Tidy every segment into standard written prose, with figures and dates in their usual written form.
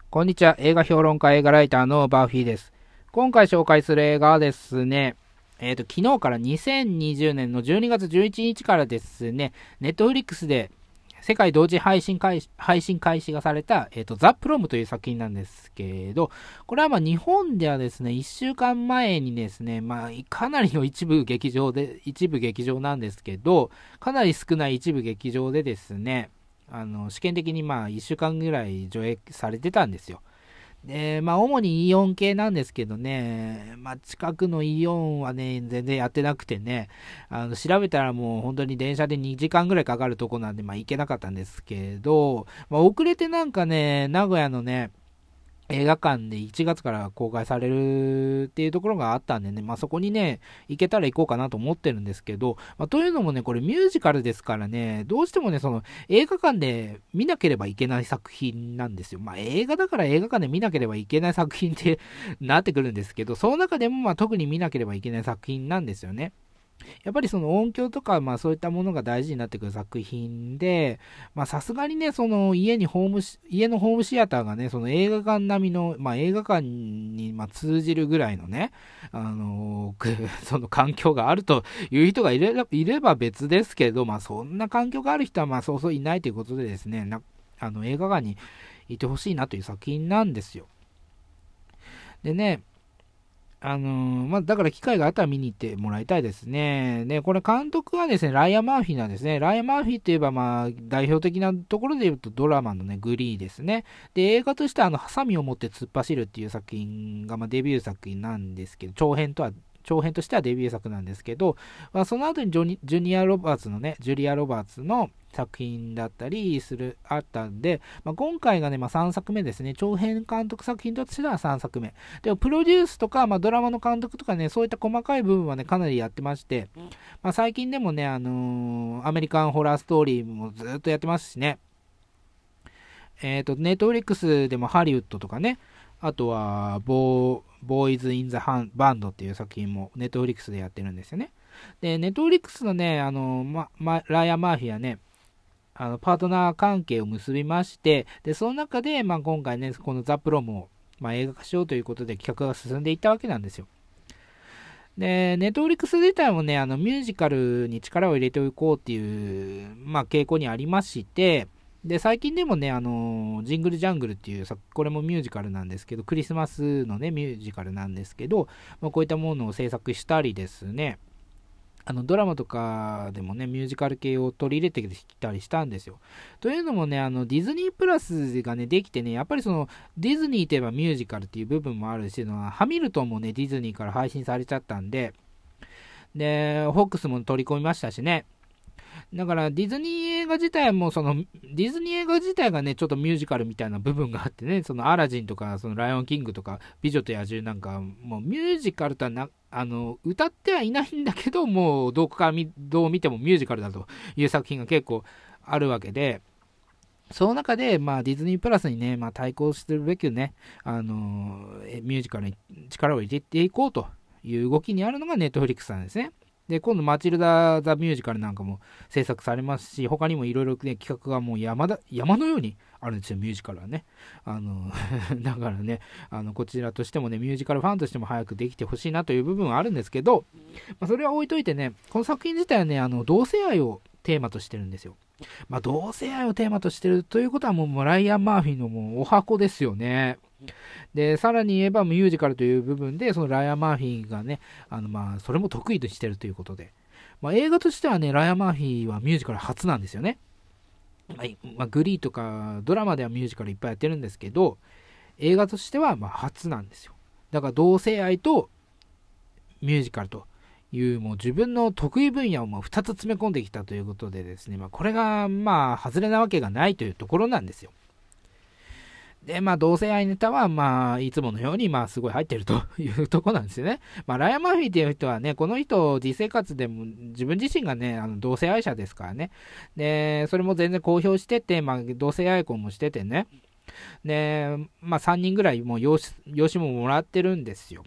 こんにちは。映画評論家、映画ライターのバーフィーです。今回紹介する映画はですね、昨日から2020年の12月11日からですね、ネットフリックスで世界同時配信開始がされた、ザ・プロムという作品なんですけど、これは日本ではですね、1週間前にですね、かなりの一部劇場なんですけど、かなり少ない一部劇場でですね、試験的に1週間ぐらい上映されてたんですよ。で、主にイオン系なんですけどね、近くのイオンはね、全然やってなくてね、調べたらもう本当に電車で2時間ぐらいかかるとこなんで、行けなかったんですけど、遅れてなんかね、名古屋のね、映画館で1月から公開されるっていうところがあったんでね、そこにね、行けたら行こうかなと思ってるんですけど、というのもね、これミュージカルですからね、どうしてもね、その映画館で見なければいけない作品なんですよ。映画だから映画館で見なければいけない作品ってなってくるんですけど、その中でも特に見なければいけない作品なんですよね。やっぱりその音響とか、そういったものが大事になってくる作品で、さすがにね、その家のホームシアターがね、その映画館並みの、映画館に通じるぐらいのね、その環境があるという人がいれば別ですけど、そんな環境がある人はそうそういないということでですね、映画館にいてほしいなという作品なんですよ。でね、だから機会があったら見に行ってもらいたいですね。で、これ監督はですね、ライアン・マーフィーなんですね。ライアン・マーフィーといえば、代表的なところで言うとドラマのね、グリーですね。で、映画としては、ハサミを持って突っ走るっていう作品が、デビュー作品なんですけど、長編としてはデビュー作なんですけど、その後にジュリア・ロバーツの作品だったりあったんで、今回がね、3作目ですね。長編監督作品としては3作目。でも、プロデュースとか、ドラマの監督とかね、そういった細かい部分はね、かなりやってまして、最近でもね、アメリカンホラーストーリーもずっとやってますしね。ネットフリックスでもハリウッドとかね、あとはボーイズ・イン・ザ・バンドっていう作品もネットフリックスでやってるんですよね。で、ネットフリックスのね、ライアン・マーフィーはね、パートナー関係を結びまして、で、その中で、今回ね、このザ・プロムを、映画化しようということで企画が進んでいったわけなんですよ。で、ネットフリックス自体もね、ミュージカルに力を入れておこうっていう、傾向にありまして、で、最近でもね、ジングルジャングルっていう、これもミュージカルなんですけど、クリスマスのね、ミュージカルなんですけど、こういったものを制作したりですね、ドラマとかでもね、ミュージカル系を取り入れてきたりしたんですよ。というのもね、ディズニープラスがね、できてね、やっぱりその、ディズニーといえばミュージカルっていう部分もあるし、ハミルトンもね、ディズニーから配信されちゃったんで、で、ホックスも取り込みましたしね、だからディズニー映画自体もディズニー映画自体がねちょっとミュージカルみたいな部分があってね、そのアラジンとかそのライオンキングとか美女と野獣なんかもうミュージカルとは歌ってはいないんだけど、もうどう見てもミュージカルだという作品が結構あるわけで、その中で、ディズニープラスにね、対抗するべきね、ミュージカルに力を入れていこうという動きにあるのがネットフリックスなんですね。で、今度、マチルダ・ザ・ミュージカルなんかも制作されますし、他にもいろいろね、企画がもう山のようにあるんですよ、ミュージカルはね。だからね、こちらとしてもね、ミュージカルファンとしても早くできてほしいなという部分はあるんですけど、それは置いといてね、この作品自体はね、同性愛をテーマとしてるんですよ。同性愛をテーマとしてるということはもうライアン・マーフィーのもうお箱ですよね。で、さらに言えばミュージカルという部分で、そのライアン・マーフィーがね、それも得意としてるということで、映画としてはね、ライアン・マーフィーはミュージカル初なんですよね。グリーとかドラマではミュージカルいっぱいやってるんですけど、映画としては初なんですよ。だから同性愛とミュージカルというもう自分の得意分野を2つ詰め込んできたということでですね、これが外れなわけがないというところなんですよ。で、同性愛ネタは、いつものように、すごい入ってるというところなんですよね。ライアン・マーフィーっていう人はね、この人、実生活でも、自分自身がね、同性愛者ですからね。で、それも全然公表してて、同性愛婚もしててね。で、3人ぐらいもう養子ももらってるんですよ。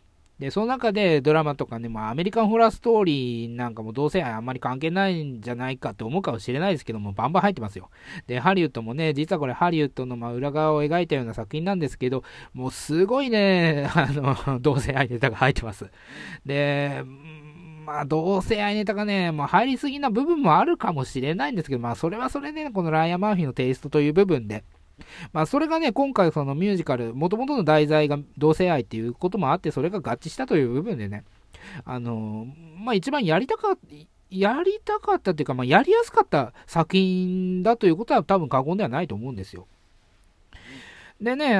で、その中でドラマとかね、アメリカンホラーストーリーなんかも同性愛あんまり関係ないんじゃないかって思うかもしれないですけども、バンバン入ってますよ。で、ハリウッドもね、実はこれハリウッドの裏側を描いたような作品なんですけど、もうすごいね、同性愛ネタが入ってます。で、同性愛ネタがね、入りすぎな部分もあるかもしれないんですけど、それはそれでね、このライアン・マーフィーのテイストという部分で、それがね、今回そのミュージカル、もともとの題材が同性愛っていうこともあって、それが合致したという部分でね、一番やりたかったっていうか、やりやすかった作品だということは多分過言ではないと思うんですよ。でね、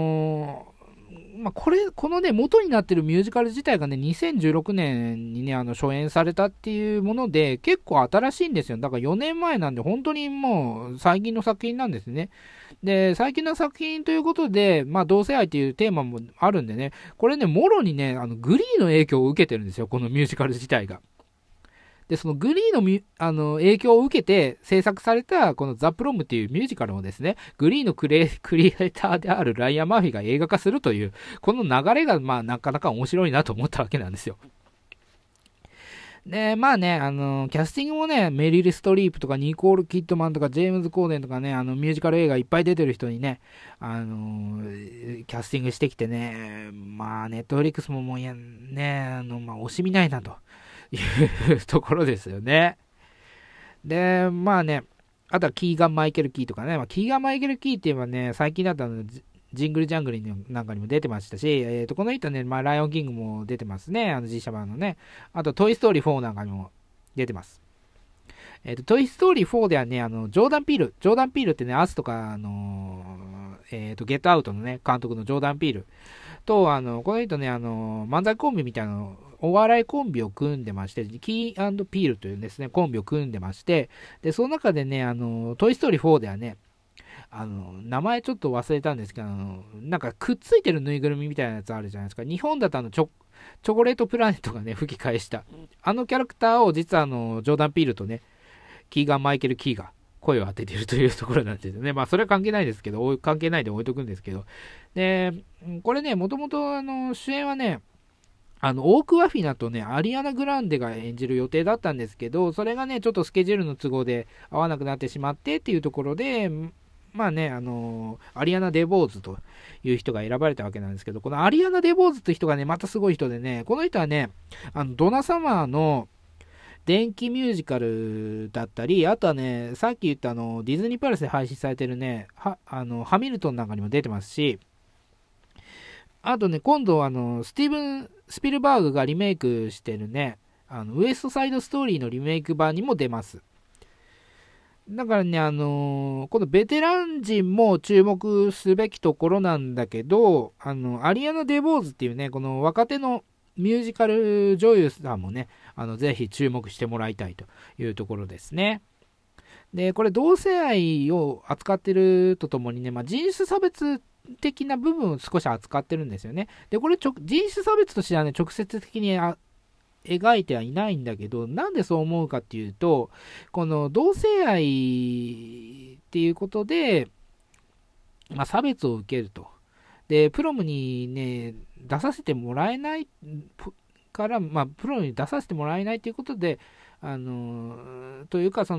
このね、元になってるミュージカル自体がね、2016年にね、初演されたっていうもので、結構新しいんですよ。だから4年前なんで、本当にもう最近の作品なんですね。で、最近の作品ということで、同性愛っていうテーマもあるんでね、これね、もろにね、グリーの影響を受けてるんですよ、このミュージカル自体が。で、そのグリーの影響を受けて制作されたこのザ・プロムっていうミュージカルをですね、グリーのクリエイターであるライアン・マーフィーが映画化するという、この流れがなかなか面白いなと思ったわけなんですよ。で、キャスティングもね、メリル・ストリープとかニコール・キッドマンとかジェームズ・コーデンとかね、ミュージカル映画いっぱい出てる人にね、キャスティングしてきてね、ネットフリックスももう惜しみないなというところですよね。で、あとはキーガン・マイケル・キーとかね、キーガン・マイケル・キーって言えばね、最近だったらジングルジャングルなんかにも出てましたし、この人ね、ライオンキングも出てますね、実写版のね。あと、トイ・ストーリー4なんかにも出てます。トイ・ストーリー4ではね、ジョーダン・ピールってね、アスとか、ゲットアウトのね、監督のジョーダン・ピールと、この人ね、漫才コンビみたいなお笑いコンビを組んでまして、キー&ピールというですね、コンビを組んでまして、で、その中でね、トイ・ストーリー4ではね、名前ちょっと忘れたんですけど、なんかくっついてるぬいぐるみみたいなやつあるじゃないですか。日本だとチョコレートプラネットがね、吹き返した。キャラクターを実はジョーダン・ピールとね、キーガン・マイケル・キーが声を当てているというところなんですよね。それは関係ないですけど、関係ないで置いとくんですけど。で、これね、もともと主演はね、オーク・ワフィナとね、アリアナ・グランデが演じる予定だったんですけど、それがね、ちょっとスケジュールの都合で合わなくなってしまってっていうところで、アリアナ・デボーズという人が選ばれたわけなんですけど、このアリアナ・デボーズって人がね、またすごい人でね、この人はね、ドナ・サマーの電気ミュージカルだったり、あとはね、さっき言ったディズニープラスで配信されてるね、ハミルトンなんかにも出てますし、あとね、今度スピルバーグがリメイクしてるね、ウエストサイドストーリーのリメイク版にも出ます。だからね、このベテラン陣も注目すべきところなんだけど、アリアナ・デボーズっていうね、この若手のミュージカル女優さんもね、ぜひ注目してもらいたいというところですね。で、これ同性愛を扱ってるとともにね、人種差別的な部分を少し扱ってるんですよね。で、これ人種差別としてはね、直接的に描いてはいないんだけど、なんでそう思うかっていうと、この同性愛っていうことで、差別を受けると。で、プロムにね、出させてもらえないから、プロに出させてもらえないということで、というか、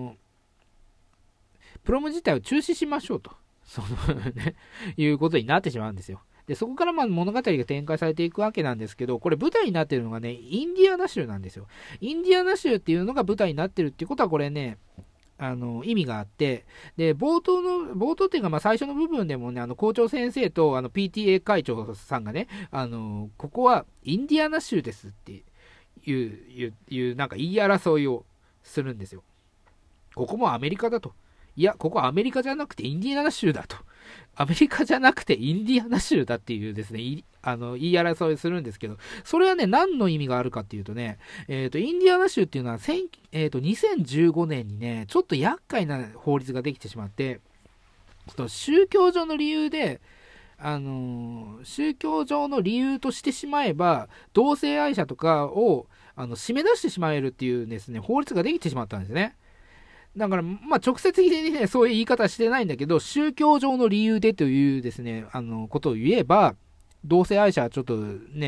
プロム自体を中止しましょうと。いうことになってしまうんですよ。で、そこから物語が展開されていくわけなんですけど、これ舞台になっているのがね、インディアナ州なんですよ。インディアナ州っていうのが舞台になってるっていうことは、これね、意味があって、で、冒頭っていうか、最初の部分でもね、校長先生とPTA 会長さんがね、ここはインディアナ州ですっていうなんか言い争いをするんですよ。ここもアメリカだと。いや、ここはアメリカじゃなくてインディアナ州だと。アメリカじゃなくてインディアナ州だっていうですね、言い争いするんですけど、それはね、何の意味があるかっていうとね、インディアナ州っていうのは、2015年にね、ちょっと厄介な法律ができてしまって、ちょっと宗教上の理由で、宗教上の理由としてしまえば、同性愛者とかを締め出してしまえるっていうですね、法律ができてしまったんですね。だから、直接的にね、そういう言い方はしてないんだけど、宗教上の理由でというですね、ことを言えば、同性愛者はちょっとね、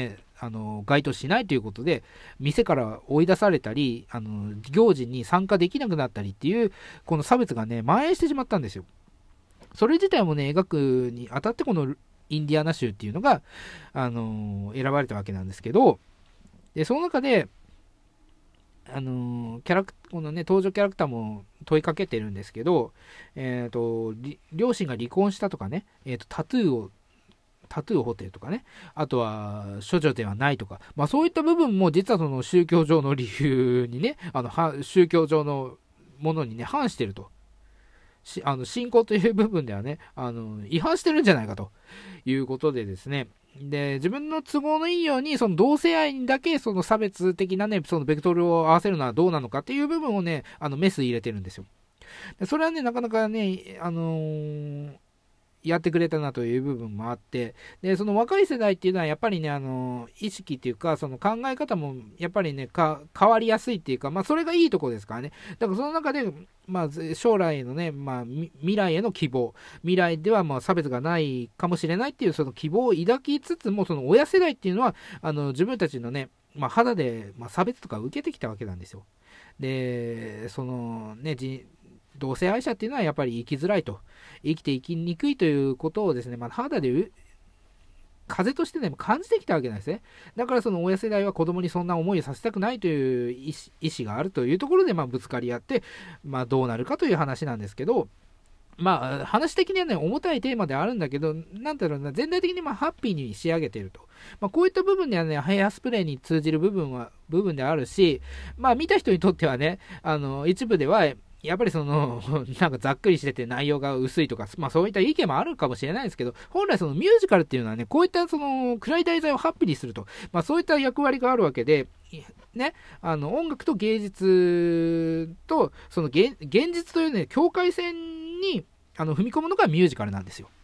該当しないということで、店から追い出されたり、行事に参加できなくなったりっていう、この差別がね、蔓延してしまったんですよ。それ自体もね、描くにあたって、このインディアナ州っていうのが、選ばれたわけなんですけど、で、その中で、このね、登場キャラクターも問いかけてるんですけど、両親が離婚したとかね、タトゥーを彫ってるとかね、あとは処女ではないとか、そういった部分も実はその宗教上の理由にね、宗教上のものにね、反してると。信仰という部分ではね、違反してるんじゃないかということでですね、で、自分の都合のいいように、その同性愛にだけ、その差別的なね、そのベクトルを合わせるのはどうなのかっていう部分をね、メス入れてるんですよ。でそれはね、なかなかね、やってくれたなという部分もあって、で、その若い世代っていうのはやっぱりね、意識っていうか、その考え方もやっぱりね、変わりやすいっていうか、それがいいところですからね。だからその中で、将来のね、未来への希望、未来では差別がないかもしれないっていうその希望を抱きつつも、その親世代っていうのは、自分たちのね、肌で、差別とか受けてきたわけなんですよ。で、そのね、同性愛者っていうのはやっぱり生きづらいと、生きにくいということをですね、肌で風としてね、感じてきたわけなんですね。だからその親世代は子供にそんな思いをさせたくないという意思があるというところでぶつかり合って、どうなるかという話なんですけど、話的にはね、重たいテーマであるんだけど、なんだろうな、全体的にハッピーに仕上げていると。こういった部分ではね、ヘアスプレーに通じる部分であるし、見た人にとってはね、一部では、やっぱりその、なんかざっくりしてて内容が薄いとか、そういった意見もあるかもしれないですけど、本来そのミュージカルっていうのはね、こういったその暗い題材をハッピーにすると、そういった役割があるわけで、ね、音楽と芸術と、その現実というね、境界線に踏み込むのがミュージカルなんですよ。